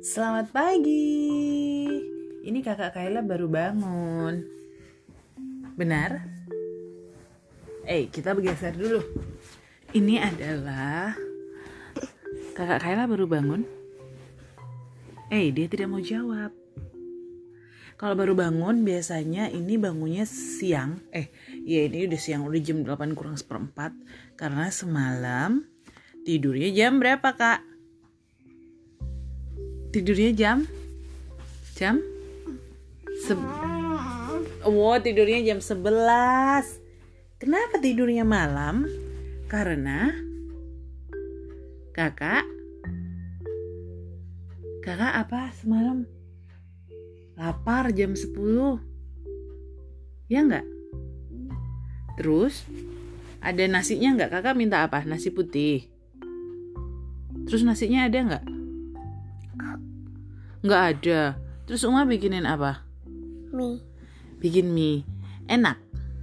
Selamat pagi. Ini kakak Kayla baru bangun. Benar? Kita bergeser dulu. Ini adalah kakak Kayla baru bangun. Dia tidak mau jawab. Kalau baru bangun biasanya ini bangunnya siang. Ini udah siang, udah jam 8 kurang seperempat. Karena semalam tidurnya jam berapa, Kak? Tidurnya jam? Tidurnya jam 11. Kenapa tidurnya malam? Karena kakak apa semalam? Lapar jam 10. Ya enggak? Terus ada nasinya enggak? Kakak minta apa? Nasi putih. Terus nasinya ada enggak? Enggak ada. Terus Uma bikinin apa? Mie. Bikin mie. Enak?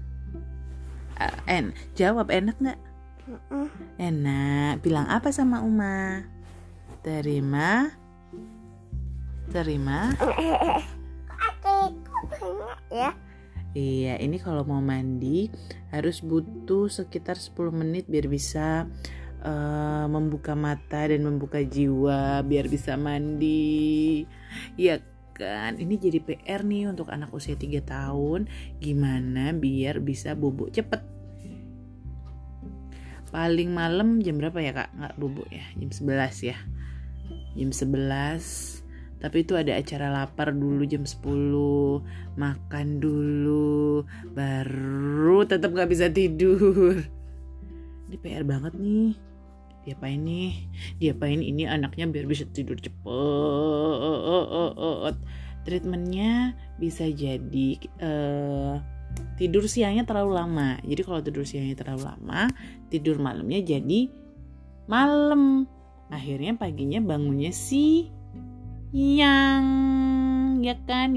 Jawab, enak enggak? Enak. Bilang apa sama Uma? Terima. Banyak ya. Iya, ini kalau mau mandi harus butuh sekitar 10 menit biar bisa membuka mata dan membuka jiwa, biar bisa mandi. Iya kan? Ini jadi PR nih untuk anak usia 3 tahun, gimana biar bisa bobo cepet. Paling malam jam berapa ya, Kak? Nggak bobo ya, jam 11 ya. Jam 11. Tapi itu ada acara lapar dulu jam 10. Makan dulu. Baru tetap gak bisa tidur. Ini PR banget nih. Diapain ini anaknya biar bisa tidur cepet. Treatmentnya bisa jadi tidur siangnya terlalu lama. Jadi kalau tidur siangnya terlalu lama, tidur malamnya jadi malam. Akhirnya paginya bangunnya yang ya kan.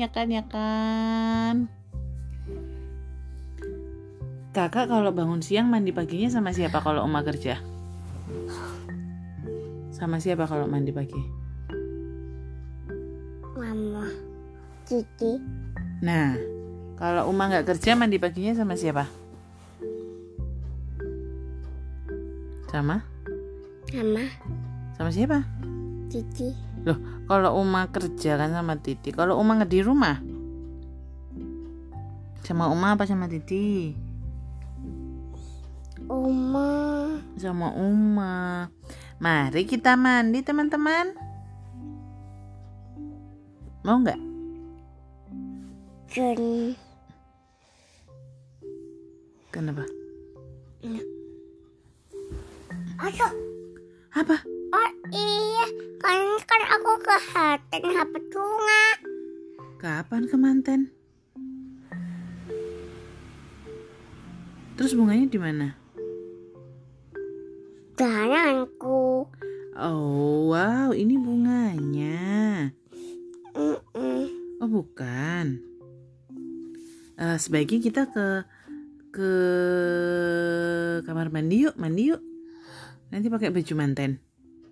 Kakak kalau bangun siang mandi paginya sama siapa kalau Uma kerja? Sama siapa kalau mandi pagi? Mama. Cici. Nah, kalau Uma nggak kerja mandi paginya sama siapa? Sama siapa? Cici. Loh, kalau Uma kerja kan sama Titi. Kalau Uma nggak di rumah, sama Uma apa sama Titi? Sama Uma. Mari kita mandi teman-teman. Mau nggak? Kenapa? Ayo. Apa? Oh iya, kan aku ke Haten Hapetunga. Kapan ke Manten? Terus bunganya di mana? Jalanku. Oh wow, ini bunganya. Oh bukan. Sebaiknya kita ke kamar mandi yuk. Nanti pakai baju manten.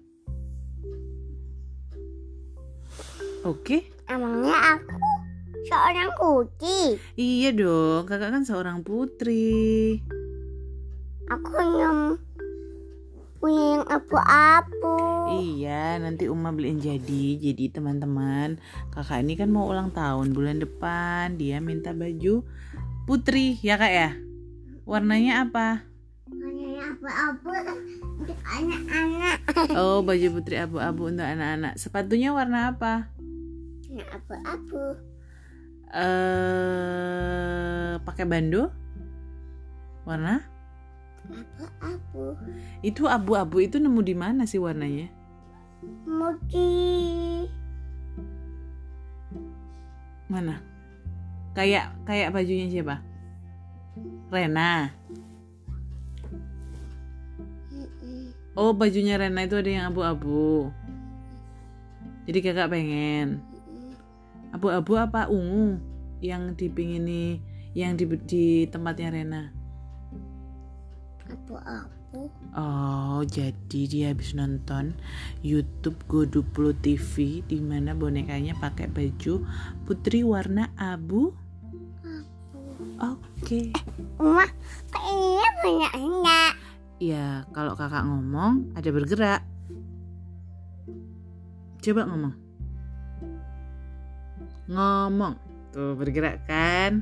Oke? Emangnya aku seorang putri? Iya dong, kakak kan seorang putri. Aku yang punya yang abu-abu. Iya, nanti Uma beliin jadi teman-teman. Kakak ini kan mau ulang tahun bulan depan. Dia minta baju putri, ya Kak ya? Warnanya apa? Warnanya abu-abu untuk anak-anak. Oh, baju putri abu-abu untuk anak-anak. Sepatunya warna apa? Abu-abu. Pakai bando? Warna? Abu-abu. Itu abu-abu itu nemu di mana sih warnanya? Mochi. Mana? Kayak bajunya siapa? Rena. Oh, bajunya Rena itu ada yang abu-abu. Jadi kakak pengen abu-abu apa ungu yang dipingini yang di tempatnya Rena? Abu-abu. Oh, jadi dia habis nonton YouTube Go20 TV di mana bonekanya pakai baju putri warna abu. Oke. Oma, kayaknya banyak enggak. Ya, kalau kakak ngomong ada bergerak. Coba ngomong. Ngomong. Tuh bergerak kan?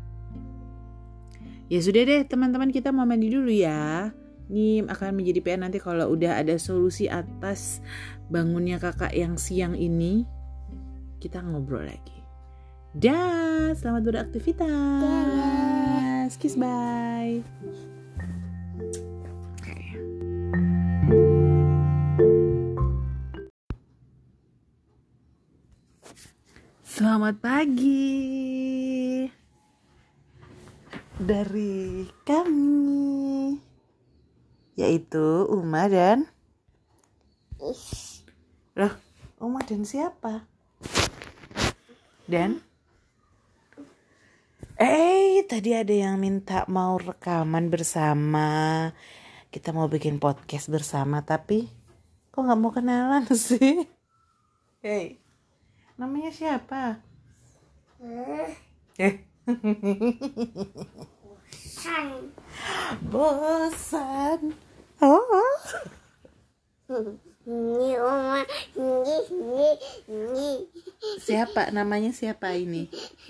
Ya sudah deh teman-teman, kita mau mandi dulu ya. Ini akan menjadi PR nanti kalau udah ada solusi atas bangunnya kakak yang siang ini. Kita ngobrol lagi. Dah, selamat beraktivitas. Kiss bye. Selamat pagi dari kami, yaitu Uma dan loh, Uma dan siapa? Dan tadi ada yang minta mau rekaman bersama. Kita mau bikin podcast bersama, tapi kok nggak mau kenalan sih? Hey, namanya siapa? Bosan. Oh. Ini Oma, ini. Siapa namanya, siapa ini?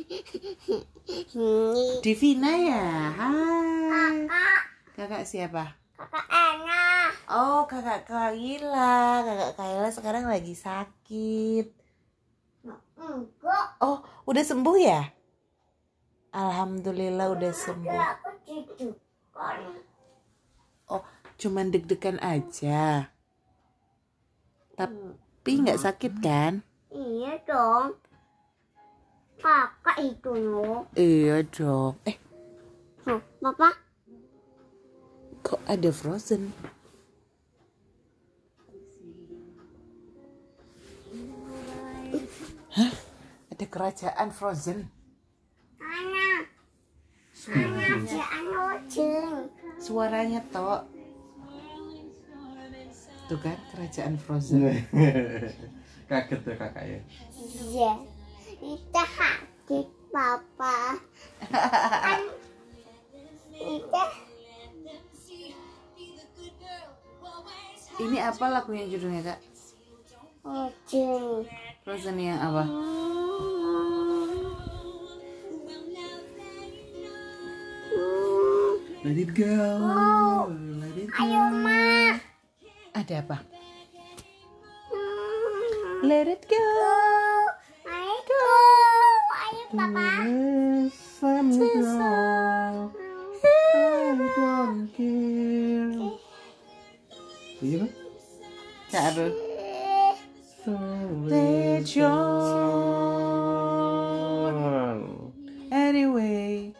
Ini Divina ya. Hai. kakak, Kakak siapa? kakak Ana. Oh, kakak Kaila. Kakak Kaila sekarang lagi sakit. Enggak, Oh, udah sembuh ya? Alhamdulillah udah sembuh. aku deg-degan. Oh, cuman deg-degan aja. Tapi nggak sakit kan? Iya dong. Kakak itu loh. Iya dong. Tuh, Papa. Kok ada Frozen? Hah? Ada kerajaan Frozen? Ana. Ana, jangan ojeng. Suaranya tok. Tuh kan kerajaan Frozen. Kaget ya kakak ya. Iya. Kita sakit, Papa. Kan kita Ini apa lagunya judulnya kak? ojeng. Frozen yang apa? Let it go. Let it go. Ayo, Ma. Ada apa? Let it go. Ayo, ayo, Papa. Let me go. I don't care. Iya kan? Kak Abel. So Let Anyway.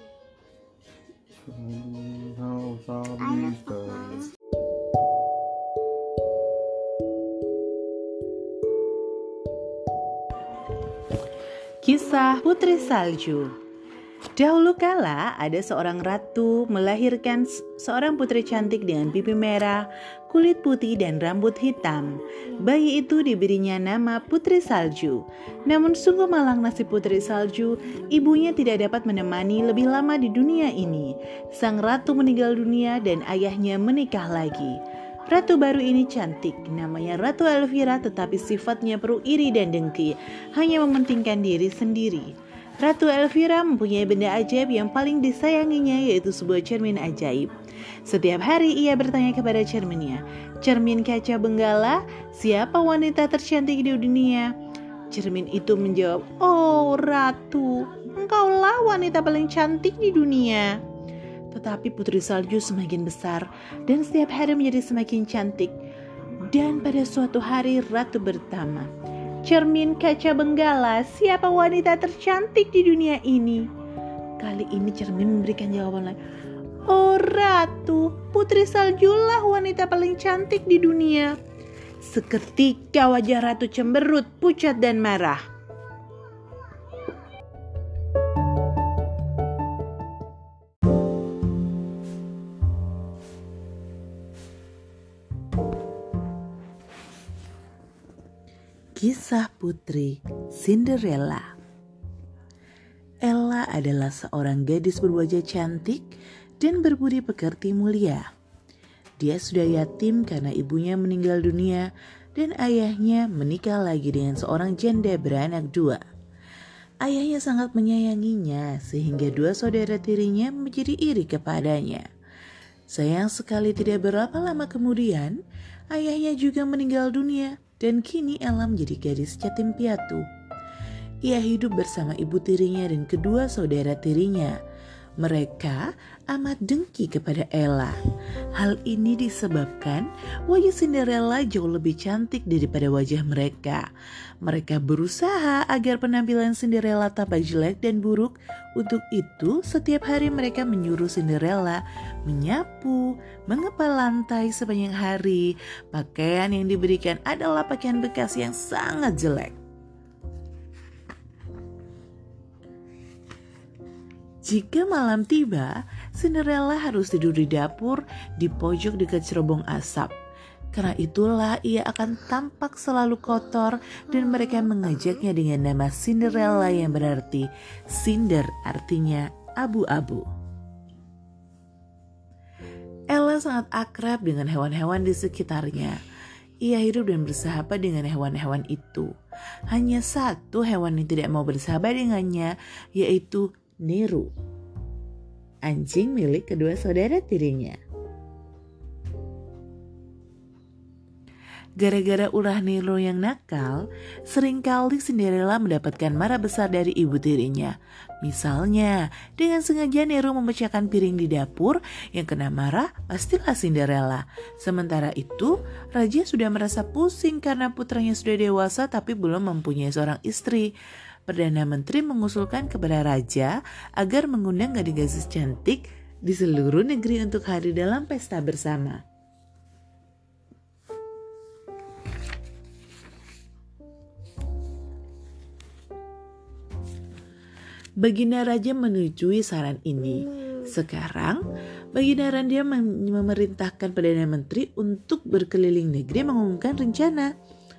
Kisah Putri Salju. Dahulu kala ada seorang ratu melahirkan seorang putri cantik dengan pipi merah, kulit putih dan rambut hitam. Bayi itu diberinya nama Putri Salju. Namun sungguh malang nasib Putri Salju, ibunya tidak dapat menemani lebih lama di dunia ini. Sang ratu meninggal dunia dan ayahnya menikah lagi. Ratu baru ini cantik, namanya Ratu Elvira, tetapi sifatnya penuh iri dan dengki, hanya mementingkan diri sendiri. Ratu Elvira mempunyai benda ajaib yang paling disayanginya, yaitu sebuah cermin ajaib. Setiap hari ia bertanya kepada cerminnya, "Cermin kaca benggala, siapa wanita tercantik di dunia?" Cermin itu menjawab, "Oh Ratu, engkaulah wanita paling cantik di dunia." Tetapi Putri Salju semakin besar dan setiap hari menjadi semakin cantik. Dan pada suatu hari Ratu bertanya, "Cermin kaca benggala, siapa wanita tercantik di dunia ini?" Kali ini cermin memberikan jawaban lain. "Oh Ratu, Putri Saljulah wanita paling cantik di dunia." Seketika wajah Ratu cemberut, pucat dan marah. Kisah Putri Cinderella. Ella adalah seorang gadis berwajah cantik dan berbudi pekerti mulia. Dia sudah yatim karena ibunya meninggal dunia dan ayahnya menikah lagi dengan seorang janda beranak dua. Ayahnya sangat menyayanginya sehingga dua saudara tirinya menjadi iri kepadanya. Sayang sekali tidak berapa lama kemudian, ayahnya juga meninggal dunia dan kini Ella menjadi gadis yatim piatu. Ia hidup bersama ibu tirinya dan kedua saudara tirinya. Mereka amat dengki kepada Ella. Hal ini disebabkan wajah Cinderella jauh lebih cantik daripada wajah mereka. Mereka berusaha agar penampilan Cinderella tampak jelek dan buruk. Untuk itu, setiap hari mereka menyuruh Cinderella menyapu, mengepal lantai sepanjang hari. Pakaian yang diberikan adalah pakaian bekas yang sangat jelek. Jika malam tiba, Cinderella harus tidur di dapur di pojok dekat cerobong asap. Karena itulah ia akan tampak selalu kotor dan mereka mengajaknya dengan nama Cinderella yang berarti cinder, artinya abu-abu. Ella sangat akrab dengan hewan-hewan di sekitarnya. Ia hidup dan bersahabat dengan hewan-hewan itu. Hanya satu hewan yang tidak mau bersahabat dengannya, yaitu Nero, anjing milik kedua saudara tirinya. Gara-gara ulah Nero yang nakal, seringkali Cinderella mendapatkan marah besar dari ibu tirinya. Misalnya, dengan sengaja Nero memecahkan piring di dapur, yang kena marah pastilah Cinderella. Sementara itu, raja sudah merasa pusing karena putranya sudah dewasa tapi belum mempunyai seorang istri. Perdana Menteri mengusulkan kepada raja agar mengundang gadis-gadis cantik di seluruh negeri untuk hadir dalam pesta bersama. Baginda Raja menyetujui saran ini. Sekarang, Baginda Raja memerintahkan Perdana Menteri untuk berkeliling negeri mengumumkan rencana.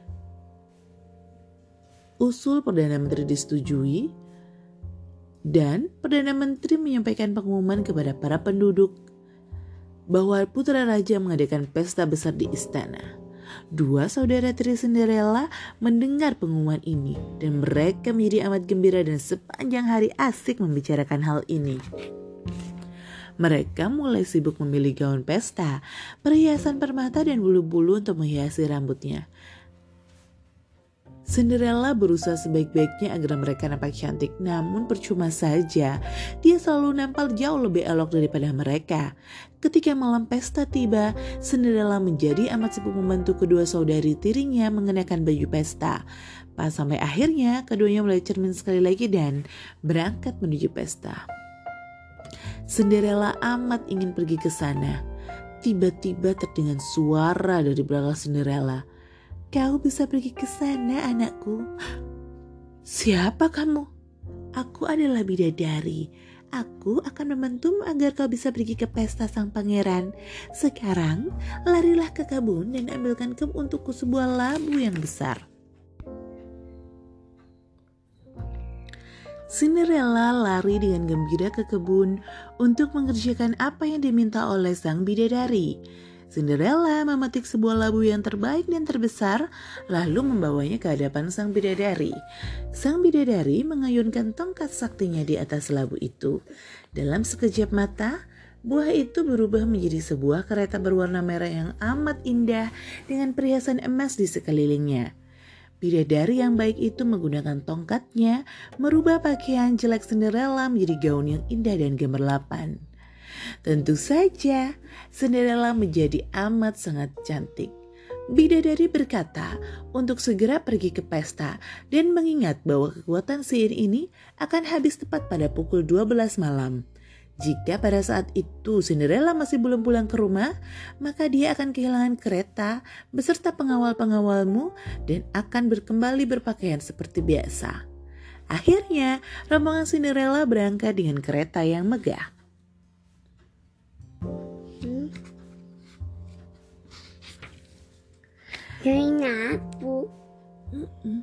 Usul Perdana Menteri disetujui dan Perdana Menteri menyampaikan pengumuman kepada para penduduk bahwa putra raja mengadakan pesta besar di istana. Dua saudara tiri Cinderella mendengar pengumuman ini dan mereka menjadi amat gembira dan sepanjang hari asik membicarakan hal ini. Mereka mulai sibuk memilih gaun pesta, perhiasan permata dan bulu-bulu untuk menghiasi rambutnya. Cinderella berusaha sebaik-baiknya agar mereka nampak cantik, namun percuma saja. Dia selalu nampak jauh lebih elok daripada mereka. Ketika malam pesta tiba, Cinderella menjadi amat sibuk membantu kedua saudari tirinya mengenakan baju pesta. Pas sampai akhirnya, keduanya mulai cermin sekali lagi dan berangkat menuju pesta. Cinderella amat ingin pergi ke sana. Tiba-tiba terdengar suara dari belakang Cinderella. "Kau bisa pergi ke sana, anakku." "Siapa kamu?" "Aku adalah bidadari. Aku akan membantumu agar kau bisa pergi ke pesta sang pangeran. Sekarang, larilah ke kebun dan ambilkan untukku sebuah labu yang besar." Cinderella lari dengan gembira ke kebun untuk mengerjakan apa yang diminta oleh sang bidadari. Cinderella memetik sebuah labu yang terbaik dan terbesar, lalu membawanya ke hadapan sang bidadari. Sang bidadari mengayunkan tongkat saktinya di atas labu itu. Dalam sekejap mata, buah itu berubah menjadi sebuah kereta berwarna merah yang amat indah dengan perhiasan emas di sekelilingnya. Bidadari yang baik itu menggunakan tongkatnya merubah pakaian jelek Cinderella menjadi gaun yang indah dan gemerlapan. Tentu saja, Cinderella menjadi amat sangat cantik. Bidadari berkata untuk segera pergi ke pesta dan mengingat bahwa kekuatan sihir ini akan habis tepat pada pukul 12 malam. Jika pada saat itu Cinderella masih belum pulang ke rumah, maka dia akan kehilangan kereta beserta pengawal-pengawalmu dan akan kembali berpakaian seperti biasa. Akhirnya, rombongan Cinderella berangkat dengan kereta yang megah. Dari nyapu.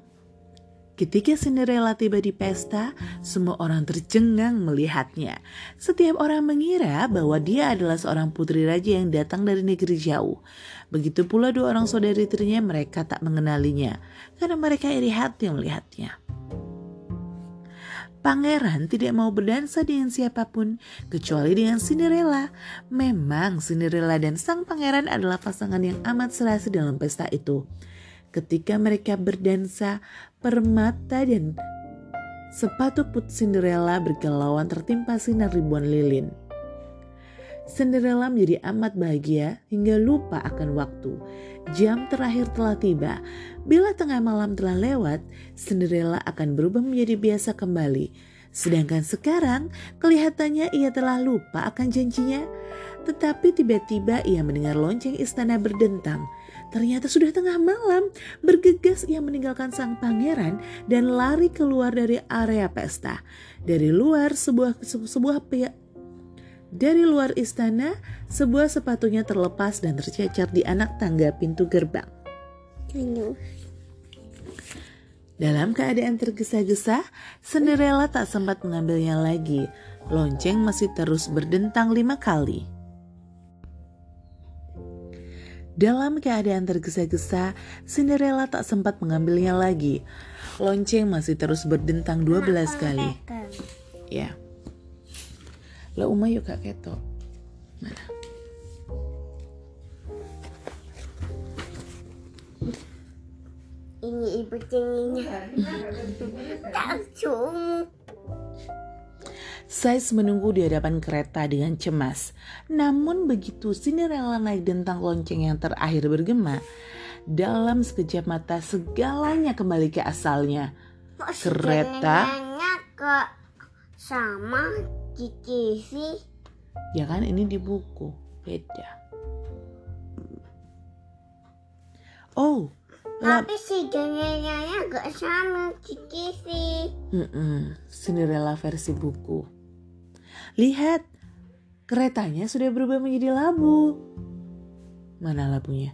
Ketika Cinderella tiba di pesta, semua orang tercengang melihatnya. Setiap orang mengira bahwa dia adalah seorang putri raja yang datang dari negeri jauh. Begitu pula dua orang saudari tirinya, mereka tak mengenalinya karena mereka iri hati melihatnya. Pangeran tidak mau berdansa dengan siapapun kecuali dengan Cinderella. Memang Cinderella dan sang pangeran adalah pasangan yang amat serasi dalam pesta itu. Ketika mereka berdansa, permata dan sepatu put Cinderella berkilauan tertimpa sinar ribuan lilin. Cinderella menjadi amat bahagia hingga lupa akan waktu. Jam terakhir telah tiba. Bila tengah malam telah lewat, Cinderella akan berubah menjadi biasa kembali. Sedangkan sekarang kelihatannya ia telah lupa akan janjinya. Tetapi tiba-tiba ia mendengar lonceng istana berdentang. Ternyata sudah tengah malam. Bergegas ia meninggalkan sang pangeran dan lari keluar dari area pesta. Dari luar istana, sebuah sepatunya terlepas dan tercecer di anak tangga pintu gerbang. Dalam keadaan tergesa-gesa, Cinderella tak sempat mengambilnya lagi. Lonceng masih terus berdentang 5 kali. Dalam keadaan tergesa-gesa, Cinderella tak sempat mengambilnya lagi. Lonceng masih terus berdentang 12 kali. Ya. Lah Uma yuk Kak Keto. Mana? Ini ibu cenginya. Tak cuma. Sais menunggu di hadapan kereta dengan cemas. Namun begitu Cinderella naik dentang lonceng yang terakhir bergema, dalam sekejap mata segalanya kembali ke asalnya. Kereta ke sama di TV. Ya kan, ini di buku beda. Oh, tapi si Janya gak sama di TV. Cinderella versi buku. Lihat, keretanya sudah berubah menjadi labu. Mana labunya?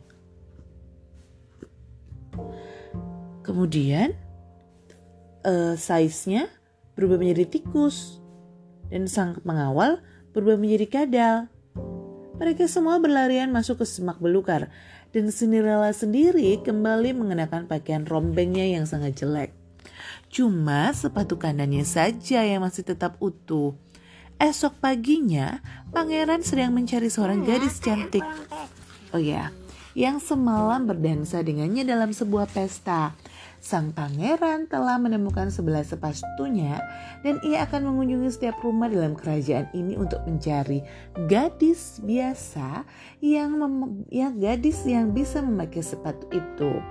Kemudian size-nya berubah menjadi tikus. Dan sang pengawal berubah menjadi kadal. Mereka semua berlarian masuk ke semak belukar. Dan Cinderella sendiri kembali mengenakan pakaian rombengnya yang sangat jelek. Cuma sepatu kandangnya saja yang masih tetap utuh. Esok paginya, pangeran sedang mencari seorang gadis cantik. Oh ya, yang semalam berdansa dengannya dalam sebuah pesta. Sang pangeran telah menemukan 11 sepatunya dan ia akan mengunjungi setiap rumah dalam kerajaan ini untuk mencari gadis biasa gadis yang bisa memakai sepatu itu.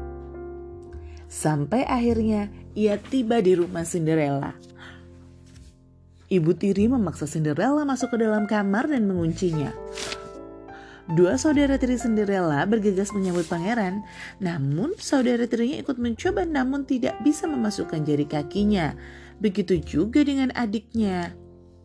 Sampai akhirnya ia tiba di rumah Cinderella. Ibu tiri memaksa Cinderella masuk ke dalam kamar dan menguncinya. Dua saudara tiri Cinderella bergegas menyambut pangeran. Namun saudara tirinya ikut mencoba namun tidak bisa memasukkan jari kakinya. Begitu juga dengan adiknya.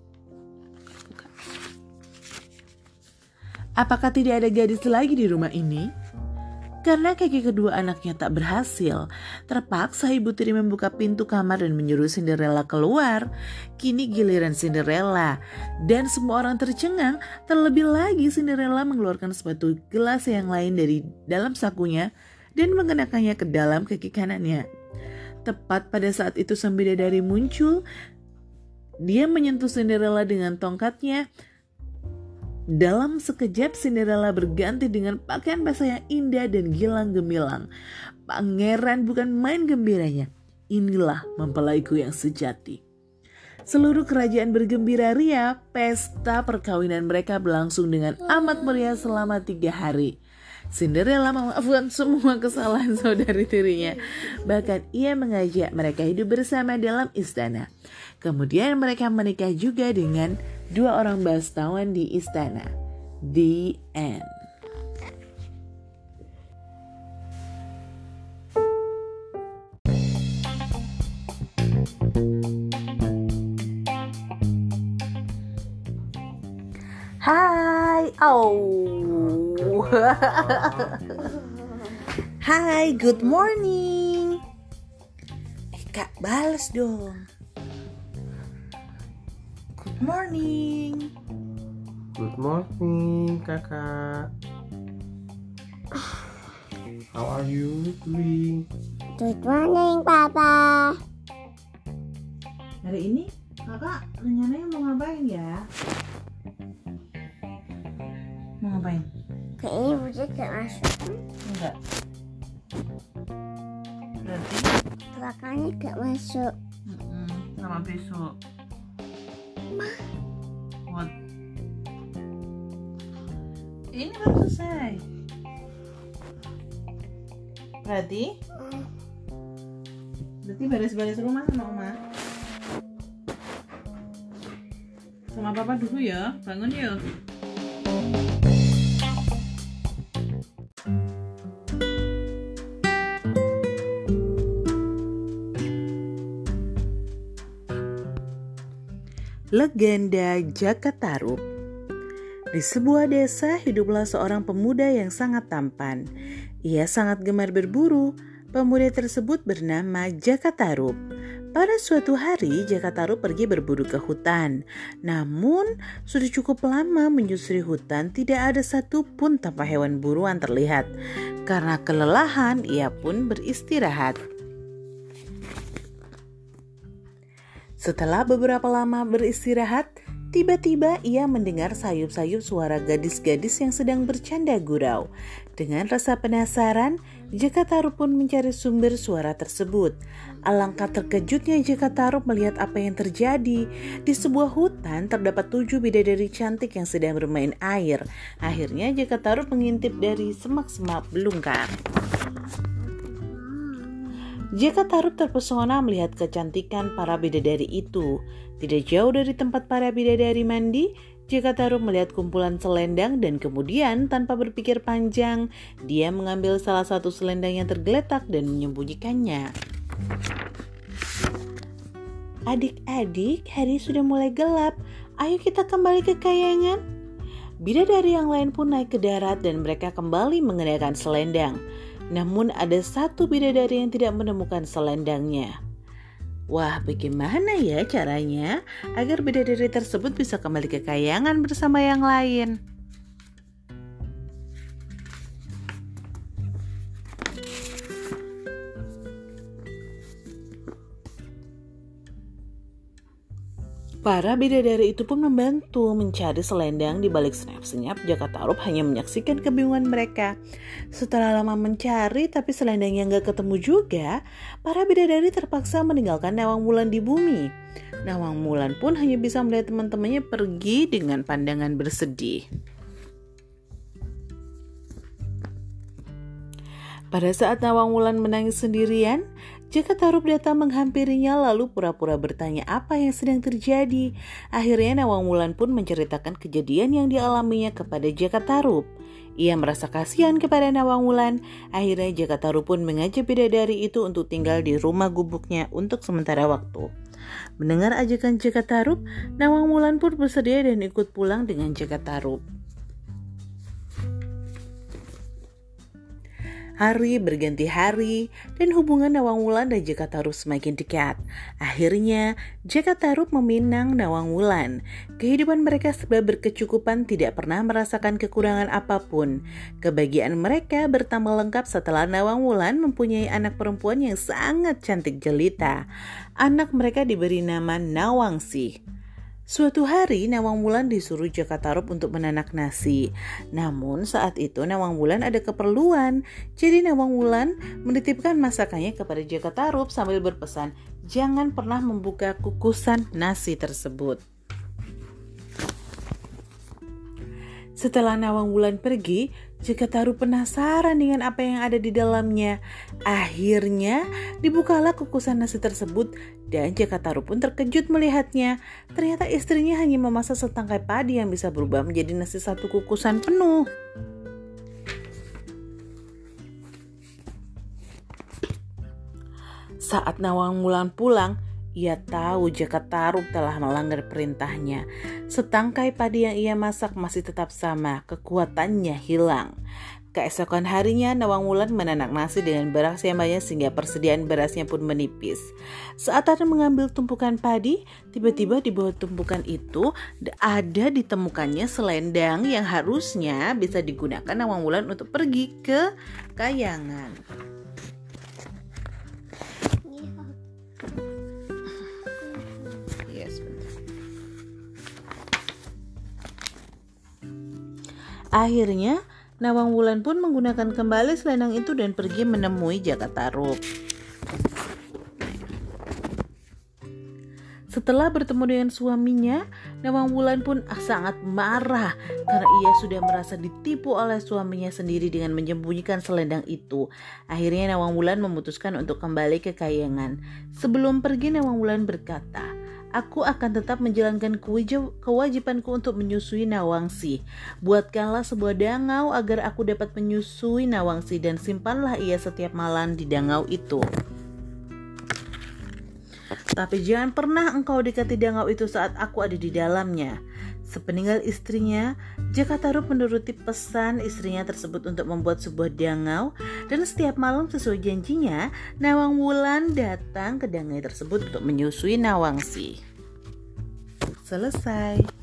Apakah tidak ada gadis lagi di rumah ini? Karena kaki kedua anaknya tak berhasil, terpaksa ibu tiri membuka pintu kamar dan menyuruh Cinderella keluar. Kini giliran Cinderella dan semua orang tercengang. Terlebih lagi Cinderella mengeluarkan sepatu gelas yang lain dari dalam sakunya dan mengenakannya ke dalam kaki kanannya. Tepat pada saat itu sang bidadari muncul. Dia menyentuh Cinderella dengan tongkatnya. Dalam sekejap Cinderella berganti dengan pakaian basah yang indah dan gilang gemilang. Pangeran bukan main gembiranya. Inilah mempelaiku yang sejati. Seluruh kerajaan bergembira ria. Pesta perkawinan mereka berlangsung dengan amat meriah selama 3 hari. Cinderella memaafkan semua kesalahan saudari tirinya. Bahkan ia mengajak mereka hidup bersama dalam istana. Kemudian mereka menikah juga dengan 2 orang bangsawan di istana. The end. Hai, Hai, good morning. Kakak balas dong. Good morning. Good morning, kakak. How are you doing? Good morning, Papa. Hari ini kakak rencananya mau ngapain ya? Mau ngapain? Kayaknya Budi gak masuk. Enggak. Berarti Belakangnya gak masuk. sama besok. What? Ini baru selesai. Berarti beres-beres rumah sama Oma. Sama Papa dulu ya. Bangun yuk. Legenda Jaka Tarub. Di sebuah desa hiduplah seorang pemuda yang sangat tampan. Ia sangat gemar berburu. Pemuda tersebut bernama Jaka Tarub. Pada suatu hari Jaka Tarub pergi berburu ke hutan. Namun sudah cukup lama menyusuri hutan, tidak ada satupun tanpa hewan buruan terlihat. Karena kelelahan ia pun beristirahat. Setelah beberapa lama beristirahat, tiba-tiba ia mendengar sayup-sayup suara gadis-gadis yang sedang bercanda gurau. Dengan rasa penasaran, Jaka Tarub pun mencari sumber suara tersebut. Alangkah terkejutnya Jaka Tarub melihat apa yang terjadi. Di sebuah hutan terdapat 7 bidadari cantik yang sedang bermain air. Akhirnya Jaka Tarub mengintip dari semak-semak belungkar. Jaka Tarub terpesona melihat kecantikan para bidadari itu. Tidak jauh dari tempat para bidadari mandi, Jaka Tarub melihat kumpulan selendang dan kemudian tanpa berpikir panjang, dia mengambil salah satu selendang yang tergeletak dan menyembunyikannya. Adik-adik, hari sudah mulai gelap. Ayo kita kembali ke kayangan. Bidadari yang lain pun naik ke darat dan mereka kembali mengenakan selendang. Namun ada satu bidadari yang tidak menemukan selendangnya. Wah, bagaimana ya caranya agar bidadari tersebut bisa kembali ke kayangan bersama yang lain? Para bidadari itu pun membantu mencari selendang di balik senyap-senyap. Jaka Tarub hanya menyaksikan kebingungan mereka. Setelah lama mencari tapi selendangnya nggak ketemu juga, para bidadari terpaksa meninggalkan Nawang Wulan di bumi. Nawang Wulan pun hanya bisa melihat teman-temannya pergi dengan pandangan bersedih. Pada saat Nawang Wulan menangis sendirian, Jaka Tarub datang menghampirinya lalu pura-pura bertanya apa yang sedang terjadi. Akhirnya Nawang Wulan pun menceritakan kejadian yang dialaminya kepada Jaka Tarub. Ia merasa kasihan kepada Nawang Wulan. Akhirnya Jaka Tarub pun mengajak bidadari itu untuk tinggal di rumah gubuknya untuk sementara waktu. Mendengar ajakan Jaka Tarub, Nawang Wulan pun bersedia dan ikut pulang dengan Jaka Tarub. Hari berganti hari dan hubungan Nawang Wulan dan Jaka Tarub semakin dekat. Akhirnya Jaka Tarub meminang Nawang Wulan. Kehidupan mereka serba berkecukupan, tidak pernah merasakan kekurangan apapun. Kebahagiaan mereka bertambah lengkap setelah Nawang Wulan mempunyai anak perempuan yang sangat cantik jelita. Anak mereka diberi nama Nawangsi. Suatu hari Nawang Wulan disuruh Jaka Tarub untuk menanak nasi. Namun saat itu Nawang Wulan ada keperluan. Jadi Nawang Wulan menitipkan masakannya kepada Jaka Tarub sambil berpesan, jangan pernah membuka kukusan nasi tersebut. Setelah Nawang Wulan pergi, Jaka Tarub penasaran dengan apa yang ada di dalamnya. Akhirnya dibukalah kukusan nasi tersebut dan Jaka Tarub pun terkejut melihatnya. Ternyata istrinya hanya memasak setangkai padi yang bisa berubah menjadi nasi satu kukusan penuh. Saat Nawang Wulan pulang, ia tahu Jaka Tarub telah melanggar perintahnya. Setangkai padi yang ia masak masih tetap sama, kekuatannya hilang. Keesokan harinya Nawang Wulan menanak nasi dengan beras yang banyak sehingga persediaan berasnya pun menipis. Saat akan mengambil tumpukan padi, tiba-tiba di bawah tumpukan itu ada ditemukannya selendang yang harusnya bisa digunakan Nawang Wulan untuk pergi ke Kayangan. Akhirnya Nawang Wulan pun menggunakan kembali selendang itu dan pergi menemui Jaka Tarub. Setelah bertemu dengan suaminya, Nawang Wulan pun sangat marah karena ia sudah merasa ditipu oleh suaminya sendiri dengan menyembunyikan selendang itu. Akhirnya Nawang Wulan memutuskan untuk kembali ke Kayangan. Sebelum pergi, Nawang Wulan berkata, "Aku akan tetap menjalankan kewajibanku untuk menyusui Nawangsi. Buatkanlah sebuah dangau agar aku dapat menyusui Nawangsi dan simpanlah ia setiap malam di dangau itu. Tapi jangan pernah engkau dekati dangau itu saat aku ada di dalamnya." Sepeninggal istrinya, Jaka Tarub menuruti pesan istrinya tersebut untuk membuat sebuah dangau, dan setiap malam sesuai janjinya, Nawang Wulan datang ke dangau tersebut untuk menyusui Nawangsi. Selesai.